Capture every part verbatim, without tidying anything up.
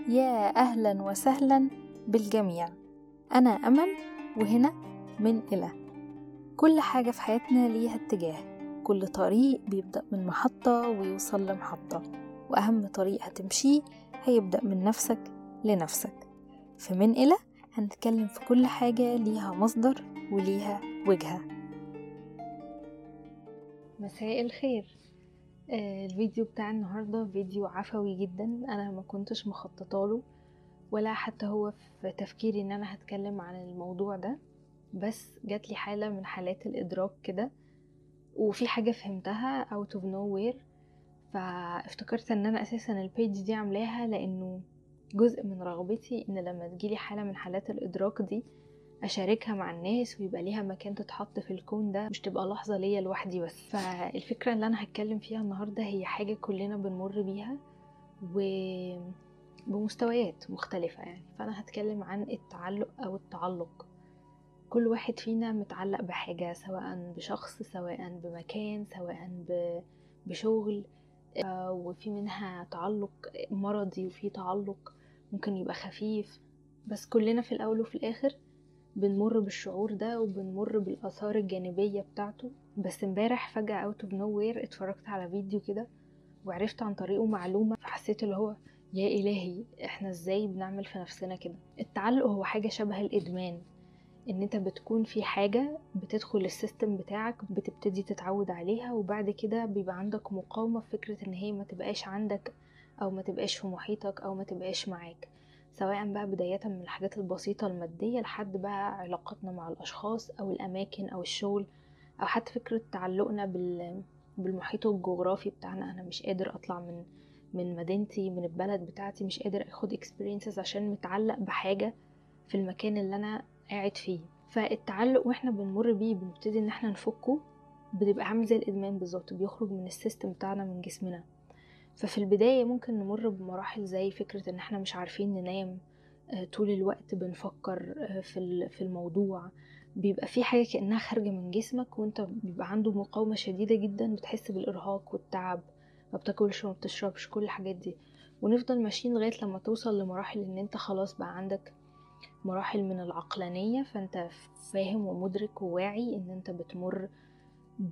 يا أهلا وسهلا بالجميع. أنا أمل، وهنا من إلى. كل حاجة في حياتنا ليها اتجاه، كل طريق بيبدأ من محطة ويوصل لمحطة، وأهم طريق هتمشيه هيبدأ من نفسك لنفسك. فمن إلى هنتكلم في كل حاجة ليها مصدر وليها وجهة. مساء الخير. آه الفيديو بتاع النهاردة فيديو عفوي جدا، أنا ما كنتش مخططاله ولا حتى هو في تفكيري ان انا هتكلم عن الموضوع ده، بس جات لي حالة من حالات الادراك كده، وفي حاجة فهمتها out of nowhere، فافتكرت ان انا اساسا البيج دي عاملاها لانه جزء من رغبتي ان لما تجيلي حالة من حالات الادراك دي اشاركها مع الناس ويبقى ليها مكان تتحط في الكون ده، مش تبقى لحظة ليا لوحدي بس. فالفكرة اللي انا هتكلم فيها النهاردة هي حاجة كلنا بنمر بيها و بمستويات مختلفة يعني. فأنا هتكلم عن التعلق أو التعلق. كل واحد فينا متعلق بحاجة، سواء بشخص، سواء بمكان، سواء بشغل، وفي منها تعلق مرضي وفي تعلق ممكن يبقى خفيف، بس كلنا في الأول وفي الآخر بنمر بالشعور ده وبنمر بالآثار الجانبية بتاعته. بس امبارح فجأة out of nowhere اتفرجت على فيديو كده وعرفت عن طريقه معلومة، فحسيت اللي هو يا إلهي، احنا ازاي بنعمل في نفسنا كده؟ التعلق هو حاجة شبه الإدمان، ان انت بتكون في حاجة بتدخل السيستم بتاعك، بتبتدي تتعود عليها، وبعد كده بيبقى عندك مقاومة في فكرة ان هي ما تبقاش عندك او ما تبقاش في محيطك او ما تبقاش معاك، سواء بقى بداية من الحاجات البسيطة المادية لحد بقى علاقتنا مع الأشخاص أو الأماكن أو الشغل، أو حتى فكرة تعلقنا بال بالمحيط الجغرافي بتاعنا. انا مش قادر اطلع من من مدينتي، من البلد بتاعتي، مش قادر اخد experiences عشان متعلق بحاجة في المكان اللي انا قاعد فيه. فالتعلق واحنا بنمر بيه بنبتدي ان احنا نفكه، بتبقى عامل زي الادمان بالظبط، بيخرج من السيستم بتاعنا من جسمنا. ففي البداية ممكن نمر بمراحل زي فكرة ان احنا مش عارفين ننام، طول الوقت بنفكر في في الموضوع، بيبقى في حاجة كأنها خارجة من جسمك وانت بيبقى عنده مقاومة شديدة جدا، بتحس بالإرهاق والتعب، ما بتاكلش وما بتشربش، كل الحاجات دي. ونفضل ماشيين لغاية لما توصل لمراحل ان انت خلاص بقى عندك مراحل من العقلانية، فانت فاهم ومدرك وواعي ان انت بتمر ب...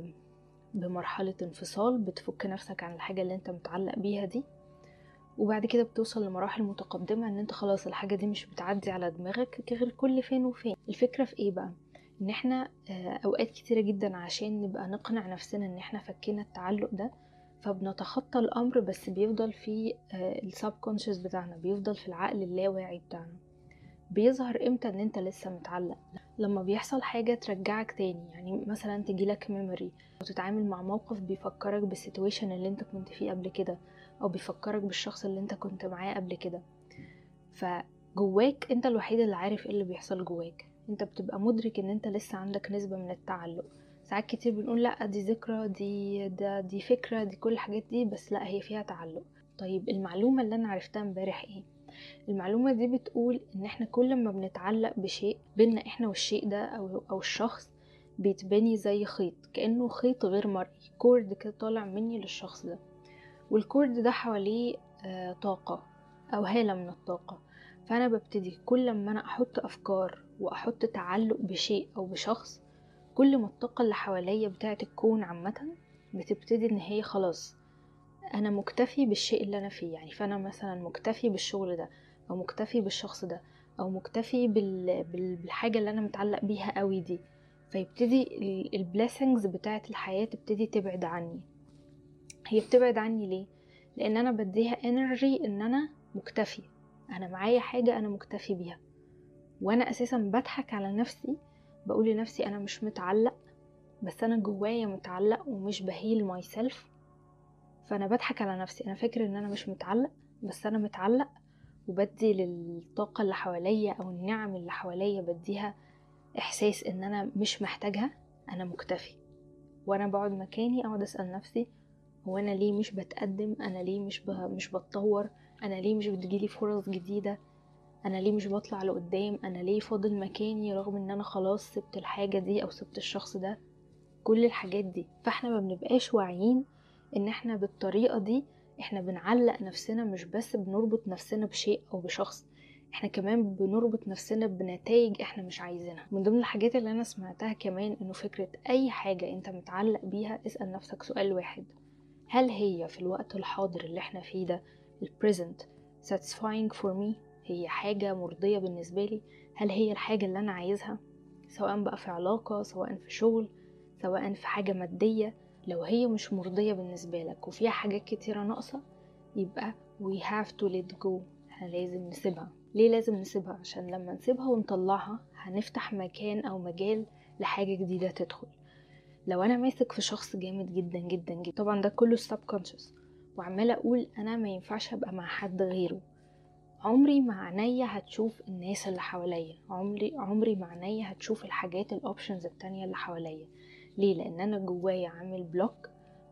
بمرحلة انفصال، بتفك نفسك عن الحاجة اللي انت متعلق بيها دي، وبعد كده بتوصل لمراحل متقدمة ان انت خلاص الحاجة دي مش بتعدي على دماغك غير كل فين وفين. الفكرة في ايه بقى؟ ان احنا اوقات كتيرة جدا عشان نبقى نقنع نفسنا ان احنا فكينا التعلق ده، فبنتخطى الامر، بس بيفضل في السبكونشس بتاعنا، بيفضل في العقل اللاواعي بتاعنا. بيظهر امتى ان انت لسه متعلق؟ لما بيحصل حاجة ترجعك تاني، يعني مثلا تجيلك ميموري او تتعامل مع موقف بيفكرك بالسيتويشن اللي انت كنت فيه قبل كده، او بيفكرك بالشخص اللي انت كنت معاه قبل كده. فجواك انت الوحيد اللي عارف ايه اللي بيحصل جواك، انت بتبقى مدرك ان انت لسه عندك نسبة من التعلق. ساعات كتير بنقول لا دي ذكرى، دي ده دي فكرة، دي كل الحاجات دي، بس لا، هي فيها تعلق. طيب المعلومة اللي انا عرفتها امبارح ايه؟ المعلومة دي بتقول ان احنا كل ما بنتعلق بشيء بينا احنا والشيء ده او او الشخص، بيتبني زي خيط، كأنه خيط غير مرئي، كورد كده طالع مني للشخص ده، والكورد ده حواليه آه طاقة او هالة من الطاقة. فانا ببتدي كل ما انا احط افكار واحط تعلق بشيء او بشخص، كل ما الطاقة اللي حواليا بتاعت الكون عامة بتبتدي ان هي خلاص انا مكتفي بالشيء اللي انا فيه. يعني فانا مثلا مكتفي بالشغل ده، او مكتفي بالشخص ده، او مكتفي بال... بال... بالحاجة اللي انا متعلق بيها قوي دي، فيبتدي البليسنجز بتاعت الحياة تبتدي تبعد عني. هي بتبعد عني ليه؟ لان انا بديها انرجي ان انا مكتفي، انا معايا حاجة انا مكتفي بيها، وانا اساسا بضحك على نفسي، بقول لنفسي انا مش متعلق، بس انا جوايا متعلق ومش بهيل ماي سيلف. فانا بضحك على نفسي، انا فاكر ان انا مش متعلق بس انا متعلق، وبدي للطاقة اللي حواليا او النعم اللي حواليا بديها احساس ان انا مش محتاجها، انا مكتفي. وانا بقعد مكاني اقعد اسأل نفسي، هو انا ليه مش بتقدم؟ انا ليه مش ب... مش بتطور؟ انا ليه مش بتجيلي فرص جديدة؟ انا ليه مش بطلع لقدام؟ انا ليه فاضل مكاني رغم ان انا خلاص سبت الحاجة دي او سبت الشخص ده؟ كل الحاجات دي. فاحنا ما بنبقاش واعيين ان احنا بالطريقة دي احنا بنعلق نفسنا، مش بس بنربط نفسنا بشيء او بشخص، احنا كمان بنربط نفسنا بنتائج احنا مش عايزينها. من ضمن الحاجات اللي انا سمعتها كمان انه فكرة اي حاجة انت متعلق بيها، اسأل نفسك سؤال واحد: هل هي في الوقت الحاضر اللي احنا فيه ده، ال present satisfying for me؟ هي حاجة مرضية بالنسبة لي؟ هل هي الحاجة اللي انا عايزها؟ سواء بقى في علاقة، سواء في شغل، سواء في حاجة مادية. لو هي مش مرضية بالنسبة لك وفيها حاجات كتيرة ناقصة، يبقى we have to let go. احنا لازم نسيبها. ليه لازم نسيبها؟ عشان لما نسيبها ونطلعها هنفتح مكان او مجال لحاجة جديدة تدخل. لو انا ماسك في شخص جامد جدا جدا جدا، طبعا ده كله subconscious، وعمالة اقول انا ما ينفعش ابقى مع حد غيره، عمري ما عينيا هتشوف الناس اللي حواليا، عمري عمري ما عينيا هتشوف الحاجات الاوبشنز التانية اللي حواليا. ليه؟ لان انا جوايا عامل بلوك،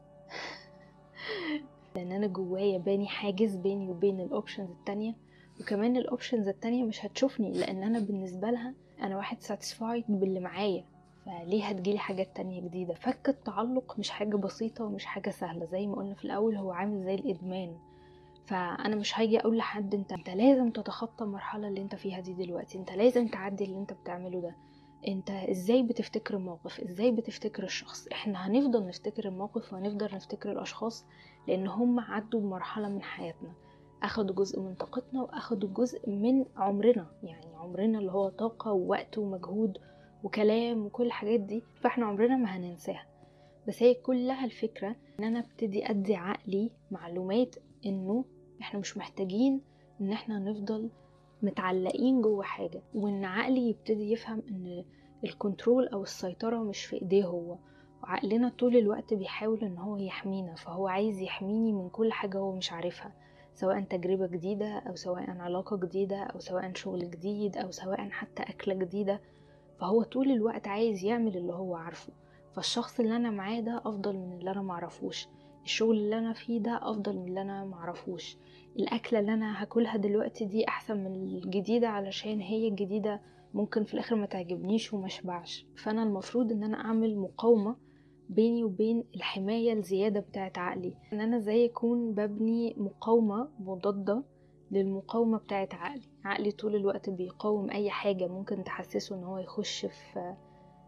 لان انا جوايا باني حاجز بيني وبين الاوبشنز التانية. وكمان الاوبشنز التانية مش هتشوفني، لان انا بالنسبة لها انا واحد ساتسفايد باللي معايا، فليه هتجيلي حاجات تانية جديدة؟ فك التعلق مش حاجة بسيطة ومش حاجة سهلة، زي ما قلنا في الاول هو عامل زي الادمان. فانا مش هاجي اقول لحد انت انت لازم تتخطى المرحله اللي انت فيها دي دلوقتي، انت لازم تعدي اللي انت بتعمله ده، انت ازاي بتفتكر الموقف، ازاي بتفتكر الشخص. احنا هنفضل نفتكر الموقف وهنفضل نفتكر الاشخاص، لان هم عدوا بمرحله من حياتنا، اخدوا جزء من طاقتنا واخدوا جزء من عمرنا، يعني عمرنا اللي هو طاقه ووقت ومجهود وكلام وكل الحاجات دي، فاحنا عمرنا ما هننساها. بس هي كلها الفكره ان انا ابتدي ادي عقلي معلومات انه احنا مش محتاجين ان احنا نفضل متعلقين جوه حاجة، وان عقلي يبتدي يفهم ان الكنترول او السيطرة مش في ايديه هو. عقلنا طول الوقت بيحاول ان هو يحمينا، فهو عايز يحميني من كل حاجة هو مش عارفها، سواء تجربة جديدة او سواء علاقة جديدة او سواء شغل جديد او سواء حتى اكلة جديدة. فهو طول الوقت عايز يعمل اللي هو عارفه. فالشخص اللي انا معاه ده افضل من اللي انا معرفوش، الشغل اللي انا فيه ده افضل من اللي انا معرفوش، الاكله اللي انا هاكلها دلوقتي دي احسن من الجديده علشان هي الجديده ممكن في الاخر ما تعجبنيش وما اشبعش. فانا المفروض ان انا اعمل مقاومه بيني وبين الحمايه الزياده بتاعه عقلي، ان انا زي اكون ببني مقاومه مضاده للمقاومه بتاعه عقلي. عقلي طول الوقت بيقاوم اي حاجه ممكن تحسسه ان هو يخش في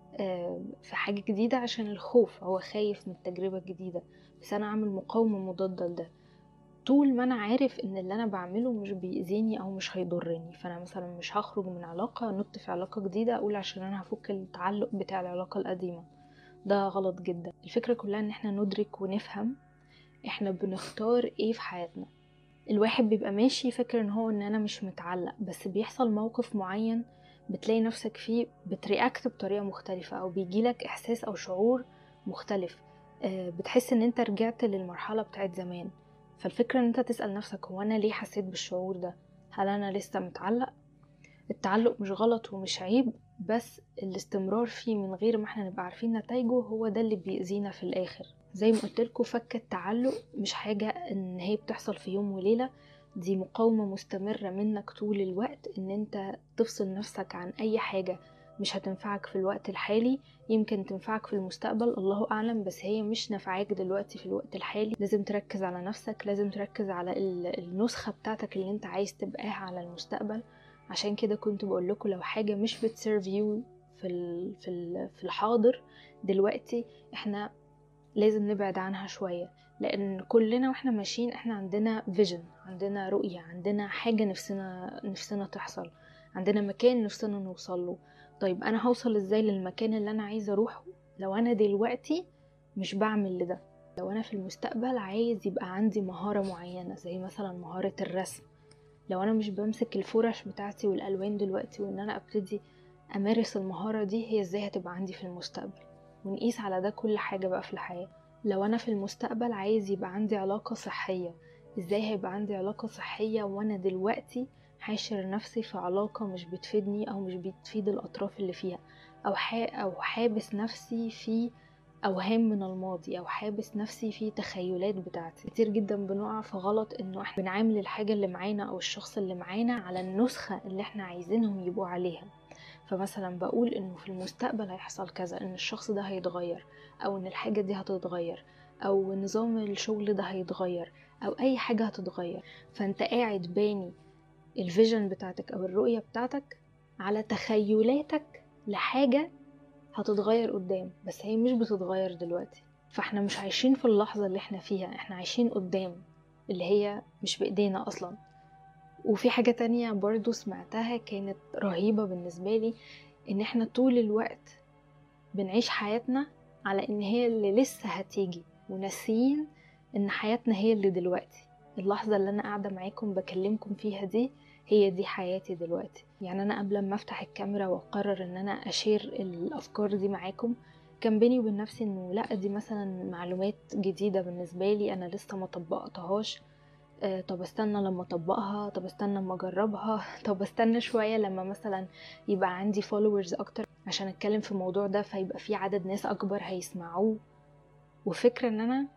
في حاجة جديدة، عشان الخوف، هو خايف من التجربة الجديدة. بس أنا أعمل مقاومة مضادة لده طول ما أنا عارف إن اللي أنا بعمله مش بيأذيني أو مش هيضرني. فأنا مثلا مش هخرج من علاقة نط في علاقة جديدة أقول عشان أنا هفك التعلق بتاع العلاقة القديمة، ده غلط جدا. الفكرة كلها إن احنا ندرك ونفهم احنا بنختار ايه في حياتنا. الواحد بيبقى ماشي فاكر ان هو ان انا مش متعلق، بس بيحصل موقف معين بتلاقي نفسك فيه بترياكت بطريقة مختلفة، او بيجيلك احساس او شعور مختلف، بتحس ان انت رجعت للمرحلة بتاعت زمان. فالفكرة ان انت تسأل نفسك هو انا ليه حسيت بالشعور ده؟ هل انا لسه متعلق؟ التعلق مش غلط ومش عيب، بس الاستمرار فيه من غير ما احنا نبقى عارفين نتائجه هو ده اللي بيأذينا في الاخر. زي ما قلت لكم، فك التعلق مش حاجة ان هي بتحصل في يوم وليلة، دي مقاومة مستمرة منك طول الوقت، ان انت تفصل نفسك عن اي حاجة مش هتنفعك في الوقت الحالي، يمكن تنفعك في المستقبل الله اعلم، بس هي مش نفعاك دلوقتي في الوقت الحالي. لازم تركز على نفسك، لازم تركز على النسخة بتاعتك اللي انت عايز تبقاها على المستقبل. عشان كده كنت بقول لكم لو حاجة مش بتسيرف يو في في في الحاضر دلوقتي، احنا لازم نبعد عنها شوية، لان كلنا واحنا ماشيين احنا عندنا فيجن، عندنا رؤية، عندنا حاجة نفسنا نفسنا تحصل، عندنا مكان نفسنا نوصل له. طيب انا هوصل ازاي للمكان اللي انا عايزة اروحه لو انا دلوقتي مش بعمل لده؟ لو انا في المستقبل عايز يبقى عندي مهارة معينة زي مثلا مهارة الرسم، لو انا مش بمسك الفرش بتاعتي والالوان دلوقتي وان انا ابتدي امارس المهارة دي، هي ازاي هتبقى عندي في المستقبل؟ ونقيس على ده كل حاجة بقى في الحياة. لو انا في المستقبل عايز يبقى عندي علاقة صحية، ازاي هيبقى عندي علاقة صحية وانا دلوقتي حاشر نفسي في علاقة مش بتفيدني او مش بتفيد الاطراف اللي فيها، او او حابس نفسي في اوهام من الماضي، او حابس نفسي في تخيلات بتاعتي. كتير جدا بنقع في غلط انه احنا بنعامل الحاجة اللي معانا او الشخص اللي معانا على النسخة اللي احنا عايزينهم يبقوا عليها. فمثلا بقول انه في المستقبل هيحصل كذا، ان الشخص ده هيتغير، او ان الحاجة دي هتتغير، او نظام الشغل ده هيتغير، او اي حاجة هتتغير. فانت قاعد باني الفيجن بتاعتك او الرؤية بتاعتك على تخيلاتك لحاجة هتتغير قدام، بس هي مش بتتغير دلوقتي. فاحنا مش عايشين في اللحظة اللي احنا فيها، احنا عايشين قدام اللي هي مش بإيدينا اصلا. وفي حاجة تانية برضو سمعتها كانت رهيبة بالنسبة لي، ان احنا طول الوقت بنعيش حياتنا على ان هي اللي لسه هتيجي، وناسيين ان حياتنا هي اللي دلوقتي. اللحظة اللي انا قاعدة معاكم بكلمكم فيها دي هي دي حياتي دلوقتي. يعني انا قبل ما افتح الكاميرا واقرر ان انا اشير الافكار دي معاكم، كان بيني وبين نفسي انه لا، دي مثلا معلومات جديدة بالنسبة لي انا لسه ما طبقتهاش. آه، طب استنى لما اطبقها، طب استنى لما اجربها، طب استنى شوية لما مثلا يبقى عندي فولورز اكتر عشان اتكلم في الموضوع ده، فيبقى في عدد ناس اكبر هيسمعوه. وفكرة ان انا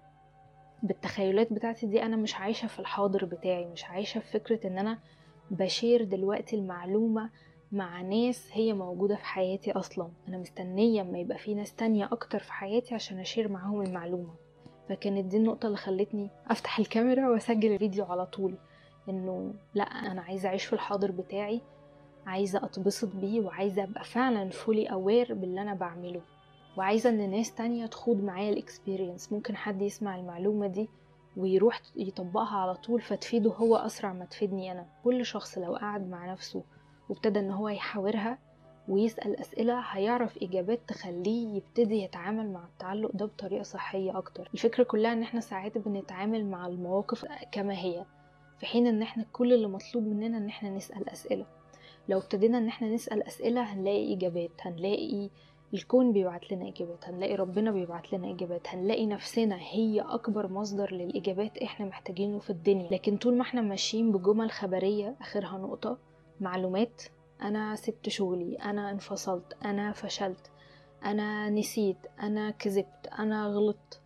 بالتخيلات بتاعتي دي انا مش عايشة في الحاضر بتاعي، مش عايشة في فكرة ان انا بشير دلوقتي المعلومة مع ناس هي موجودة في حياتي اصلا. انا مستنية ما يبقى في ناس تانية اكتر في حياتي عشان اشير معاهم المعلومة. فكانت دي النقطة اللي خلتني افتح الكاميرا واسجل الفيديو على طول، انه لا، انا عايزة اعيش في الحاضر بتاعي، عايزة اتبسط بيه، وعايزة ابقى فعلا فولي اوير باللي انا بعمله، وعايزة ان ناس تانية تخوض معايا الاكسبيرينس. ممكن حد يسمع المعلومة دي ويروح يطبقها على طول فتفيده هو اسرع ما تفيدني انا. كل شخص لو قعد مع نفسه وابتدى ان هو يحاورها ويسأل اسئلة هيعرف اجابات تخليه يبتدي يتعامل مع التعلق ده بطريقة صحية اكتر. الفكرة كلها ان احنا ساعات بنتعامل مع المواقف كما هي، في حين ان احنا كل اللي مطلوب مننا ان احنا نسأل اسئلة. لو ابتدينا ان احنا نسأل اسئلة هنلاقي اجابات، هنلاقي الكون بيبعت لنا اجابات، هنلاقي ربنا بيبعت لنا اجابات، هنلاقي نفسنا هي اكبر مصدر للاجابات احنا محتاجينه في الدنيا. لكن طول ما احنا ماشيين بجمل خبرية اخرها نقطة، معلومات، انا سبت شغلي، انا انفصلت، انا فشلت، انا نسيت، انا كذبت، انا غلطت،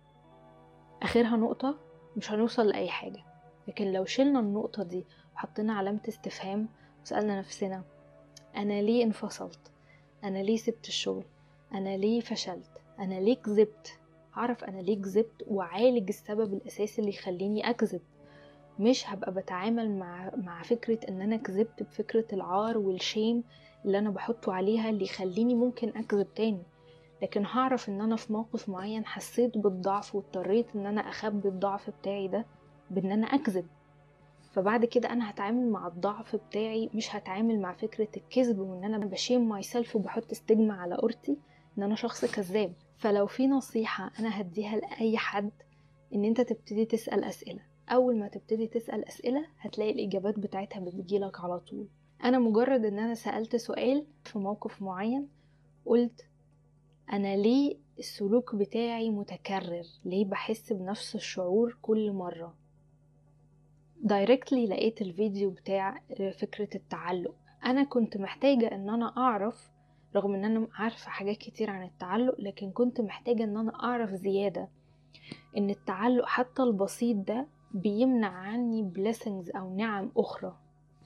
اخرها نقطة، مش هنوصل لاي حاجة. لكن لو شلنا النقطة دي وحطينا علامة استفهام وسألنا نفسنا انا ليه انفصلت، انا ليه سبت الشغل، انا ليه فشلت، انا ليه كذبت، اعرف انا ليه كذبت واعالج السبب الاساسي اللي يخليني اكذب. مش هبقى بتعامل مع مع فكرة ان انا كذبت بفكرة العار والشيم اللي انا بحطه عليها اللي يخليني ممكن اكذب تاني، لكن هعرف ان انا في موقف معين حسيت بالضعف واضطريت ان انا اخبي الضعف بتاعي ده بان انا اكذب. فبعد كده انا هتعامل مع الضعف بتاعي، مش هتعامل مع فكرة الكذب وان انا بشيم ماي سيلف وبحط استجمة على قورتي ان انا شخص كذاب. فلو في نصيحة انا هديها لاي حد، ان انت تبتدي تسأل اسئلة. اول ما تبتدي تسأل اسئلة هتلاقي الاجابات بتاعتها بتجيلك على طول. انا مجرد ان انا سألت سؤال في موقف معين، قلت انا ليه السلوك بتاعي متكرر، ليه بحس بنفس الشعور كل مرة، دايركتلي لقيت الفيديو بتاع فكرة التعلق. انا كنت محتاجة ان انا اعرف، رغم ان انا عارفة حاجات كتير عن التعلق، لكن كنت محتاجة ان انا اعرف زيادة ان التعلق حتى البسيط ده بيمنع عني blessings او نعم اخرى.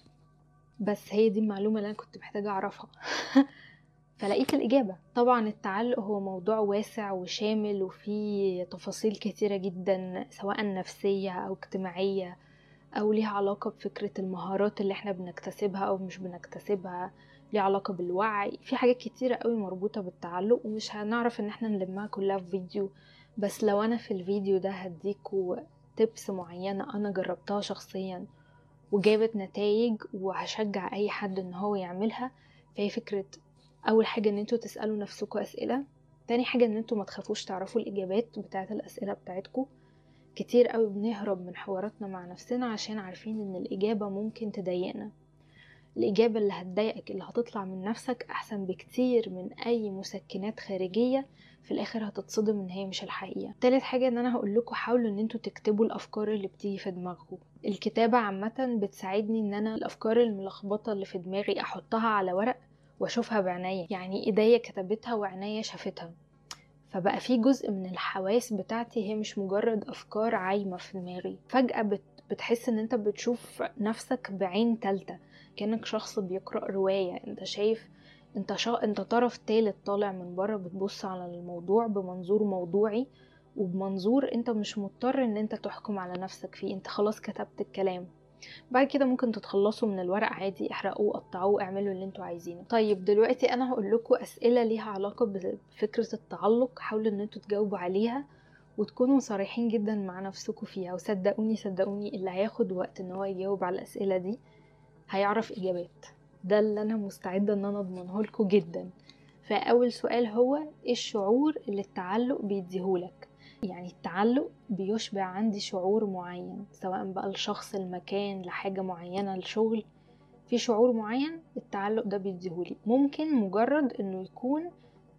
بس هي دي المعلومة اللي انا كنت محتاجة اعرفها. فلقيت الإجابة. طبعا التعلق هو موضوع واسع وشامل وفيه تفاصيل كتيرة جدا، سواء نفسية أو اجتماعية، أو ليها علاقة بفكرة المهارات اللي احنا بنكتسبها أو مش بنكتسبها، ليها علاقة بالوعي. في حاجات كتيرة قوي مربوطة بالتعلق ومش هنعرف ان احنا نلمها كلها في فيديو. بس لو أنا في الفيديو ده هديكوا تبس معينة أنا جربتها شخصيا وجابت نتائج وهشجع أي حد ان هو يعملها. فهي فكرة اول حاجة ان انتوا تسألوا نفسكوا اسئلة، تاني حاجة ان انتوا ما تخافوش تعرفوا الاجابات بتاعت الاسئلة بتاعتكوا. كتير قوي بنهرب من حواراتنا مع نفسنا عشان عارفين ان الاجابة ممكن تضايقنا. الاجابة اللي هتضايقك اللي هتطلع من نفسك احسن بكتير من اي مسكنات خارجية في الاخر هتتصدم ان هي مش الحقيقة. تالت حاجة ان انا هقول لكم حاولوا ان انتوا تكتبوا الافكار اللي بتيجي في دماغكم. الكتابة عامة بتساعدني ان انا الافكار الملخبطة اللي في دماغي احطها على ورق واشوفها بعناية، يعني ايديا كتبتها وعناية شافتها. فبقى في جزء من الحواس بتاعتي هي مش مجرد افكار عايمة في دماغي. فجأة بت بتحس ان انت بتشوف نفسك بعين تالتة، كأنك شخص بيقرأ رواية. انت شايف، انت شا... انت طرف تالت طالع من بره بتبص على الموضوع بمنظور موضوعي وبمنظور انت مش مضطر ان انت تحكم على نفسك فيه، انت خلاص كتبت الكلام. بعد كده ممكن تتخلصوا من الورق عادي، احرقوه، قطعوه، اعملوا اللي انتوا عايزينه. طيب دلوقتي انا هقول لكم اسئله ليها علاقه بفكره التعلق، حاولوا ان انتوا تجاوبوا عليها وتكونوا صريحين جدا مع نفسكم فيها. وصدقوني صدقوني اللي هياخد وقت ان هو يجاوب على الاسئله دي هيعرف اجابات، ده اللي انا مستعده ان انا اضمنه لكم جدا. فاول سؤال هو ايه الشعور اللي التعلق بيديهولك؟ يعني التعلق بيشبع عندي شعور معين، سواء بقى الشخص، المكان، لحاجة معينة، الشغل، في شعور معين التعلق ده بيديهولي. ممكن مجرد انه يكون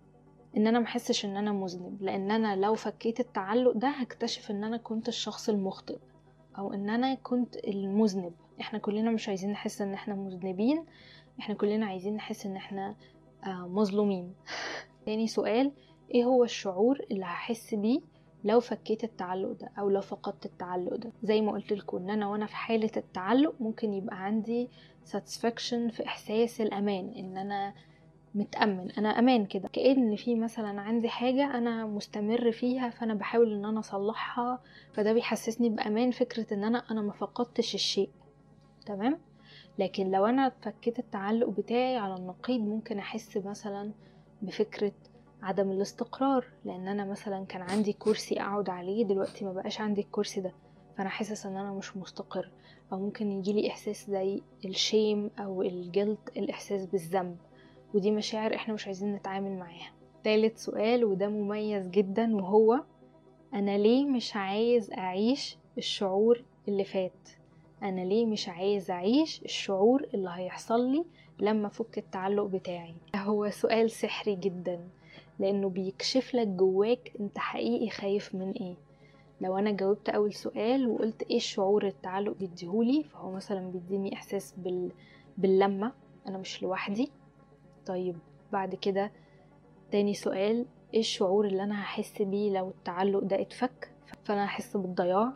ان انا محسش ان انا مذنب، لان انا لو فكيت التعلق ده هكتشف ان انا كنت الشخص المخطئ او ان انا كنت المذنب. احنا كلنا مش عايزين نحس ان احنا مذنبين، احنا كلنا عايزين نحس ان احنا آه مظلومين. تاني سؤال، ايه هو الشعور اللي هحس بيه لو فكيت التعلق ده او لو فقدت التعلق ده؟ زي ما قلت لكم ان انا وانا في حالة التعلق ممكن يبقى عندي satisfaction في احساس الامان، ان انا متأمن، انا امان كده، كأن في مثلا عندي حاجة انا مستمر فيها فانا بحاول ان انا اصلحها، فده بيحسسني بامان، فكرة ان انا انا ما فقدتش الشيء. تمام. لكن لو انا فكيت التعلق بتاعي على النقيض ممكن احس مثلا بفكرة عدم الاستقرار، لان انا مثلا كان عندي كرسي اقعد عليه دلوقتي ما بقاش عندي الكرسي ده، فانا حاسس ان انا مش مستقر. او ممكن يجيلي احساس زي الشيم او الجلد، الاحساس بالذنب، ودي مشاعر احنا مش عايزين نتعامل معاها. ثالث سؤال وده مميز جدا، وهو انا ليه مش عايز اعيش الشعور اللي فات؟ انا ليه مش عايز اعيش الشعور اللي هيحصل لي لما فك التعلق بتاعي؟ هو سؤال سحري جدا، لانه بيكشف لك جواك انت حقيقي خايف من ايه. لو انا جاوبت اول سؤال وقلت ايه الشعور التعلق بيديهولي، فهو مثلا بيديني احساس بال... باللمة، انا مش لوحدي. طيب بعد كده تاني سؤال، ايه الشعور اللي انا هحس بيه لو التعلق ده اتفك؟ فانا هحس بالضياع.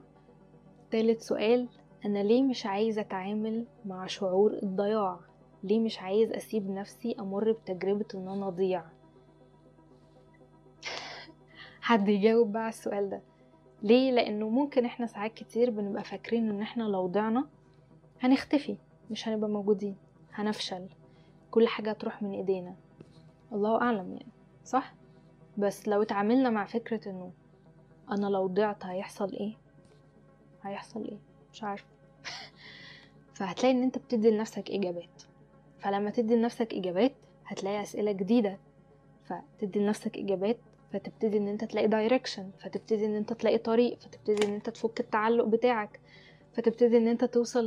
تالت سؤال، انا ليه مش عايزة اتعامل مع شعور الضياع؟ ليه مش عايز اسيب نفسي امر بتجربة ان انا اضيع؟ حد يجاوب بقى على السؤال ده. ليه؟ لانه ممكن احنا ساعات كتير بنبقى فاكرين ان احنا لو ضعنا هنختفي، مش هنبقى موجودين، هنفشل، كل حاجة هتروح من ايدينا. الله اعلم يعني، صح؟ بس لو اتعاملنا مع فكرة انه انا لو ضعت هيحصل ايه، هيحصل ايه مش عارفه. فهتلاقي ان انت بتدي لنفسك اجابات، فلما تدي لنفسك اجابات هتلاقي اسئله جديده، فتدي لنفسك اجابات فتبتدي ان انت تلاقي دايركشن، فتبتدي ان انت تلاقي طريق، فتبتدي ان انت تفك التعلق بتاعك، فتبتدي ان انت توصل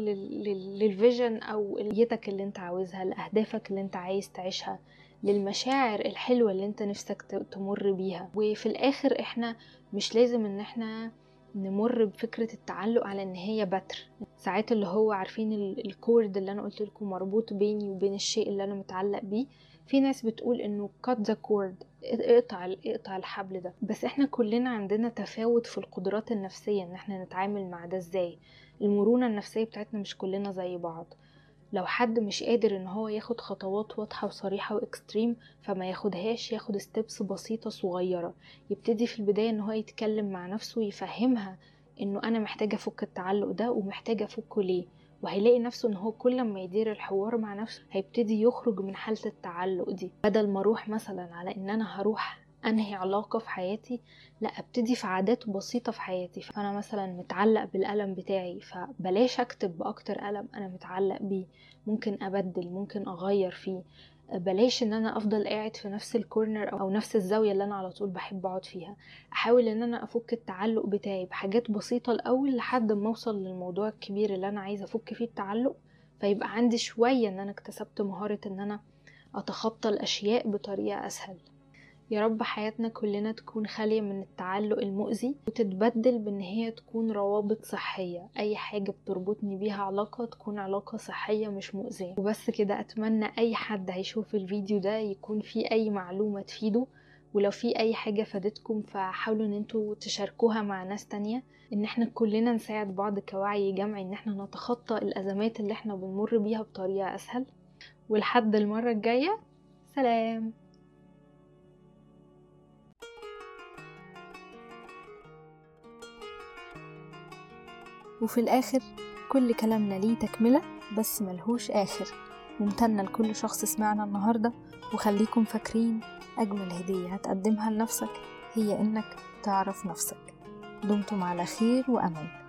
للفيجن او نيتك اللي انت عاوزها، لاهدافك اللي انت عايز تعيشها، للمشاعر الحلوه اللي انت نفسك تمر بيها. وفي الاخر احنا مش لازم ان احنا نمر بفكرة التعلق على ان هي بتر. ساعات اللي هو عارفين الكورد اللي انا قلت لكم مربوط بيني وبين الشيء اللي انا متعلق بيه، في ناس بتقول انه cut the cord، اقطع اقطع الحبل ده. بس احنا كلنا عندنا تفاوت في القدرات النفسية ان احنا نتعامل مع ده ازاي. المرونة النفسية بتاعتنا مش كلنا زي بعض. لو حد مش قادر ان هو ياخد خطوات واضحة وصريحة واكستريم، فما ياخدهاش، ياخد ستيبس بسيطة صغيرة. يبتدي في البداية ان هو يتكلم مع نفسه، يفهمها انه انا محتاجة افك التعلق ده ومحتاجة افكه ليه، وهيلاقي نفسه ان هو كل ما يدير الحوار مع نفسه هيبتدي يخرج من حالة التعلق دي. بدل ما اروح مثلا على ان انا هروح انهي علاقة في حياتي، لا ابتدي في عادات بسيطة في حياتي. فانا مثلا متعلق بالقلم بتاعي، فبلاش اكتب باكتر قلم انا متعلق بيه، ممكن ابدل، ممكن اغير فيه. بلاش ان انا افضل قاعد في نفس الكورنر او نفس الزاوية اللي انا على طول بحب اقعد فيها. احاول ان انا افك التعلق بتاعي بحاجات بسيطة الاول لحد ما اوصل للموضوع الكبير اللي انا عايزة افك فيه التعلق، فيبقى عندي شوية ان انا اكتسبت مهارة ان انا اتخطى الاشياء بطريقة اسهل. يا رب حياتنا كلنا تكون خالية من التعلق المؤذي وتتبدل بان هي تكون روابط صحية. اي حاجة بتربطني بيها علاقة تكون علاقة صحية مش مؤذية. وبس كده، اتمنى اي حد هيشوف الفيديو ده يكون فيه اي معلومة تفيده، ولو في اي حاجة فادتكم فحاولوا ان انتوا تشاركوها مع ناس تانية، ان احنا كلنا نساعد بعض كوعي جمعي ان احنا نتخطى الازمات اللي احنا بنمر بيها بطريقة اسهل. ولحد المرة الجاية، سلام. وفي الآخر كل كلامنا ليه تكملة بس ملهوش آخر. ممتنة لكل شخص سمعنا النهاردة، وخليكم فاكرين أجمل هدية هتقدمها لنفسك هي إنك تعرف نفسك. دمتم على خير وأمل.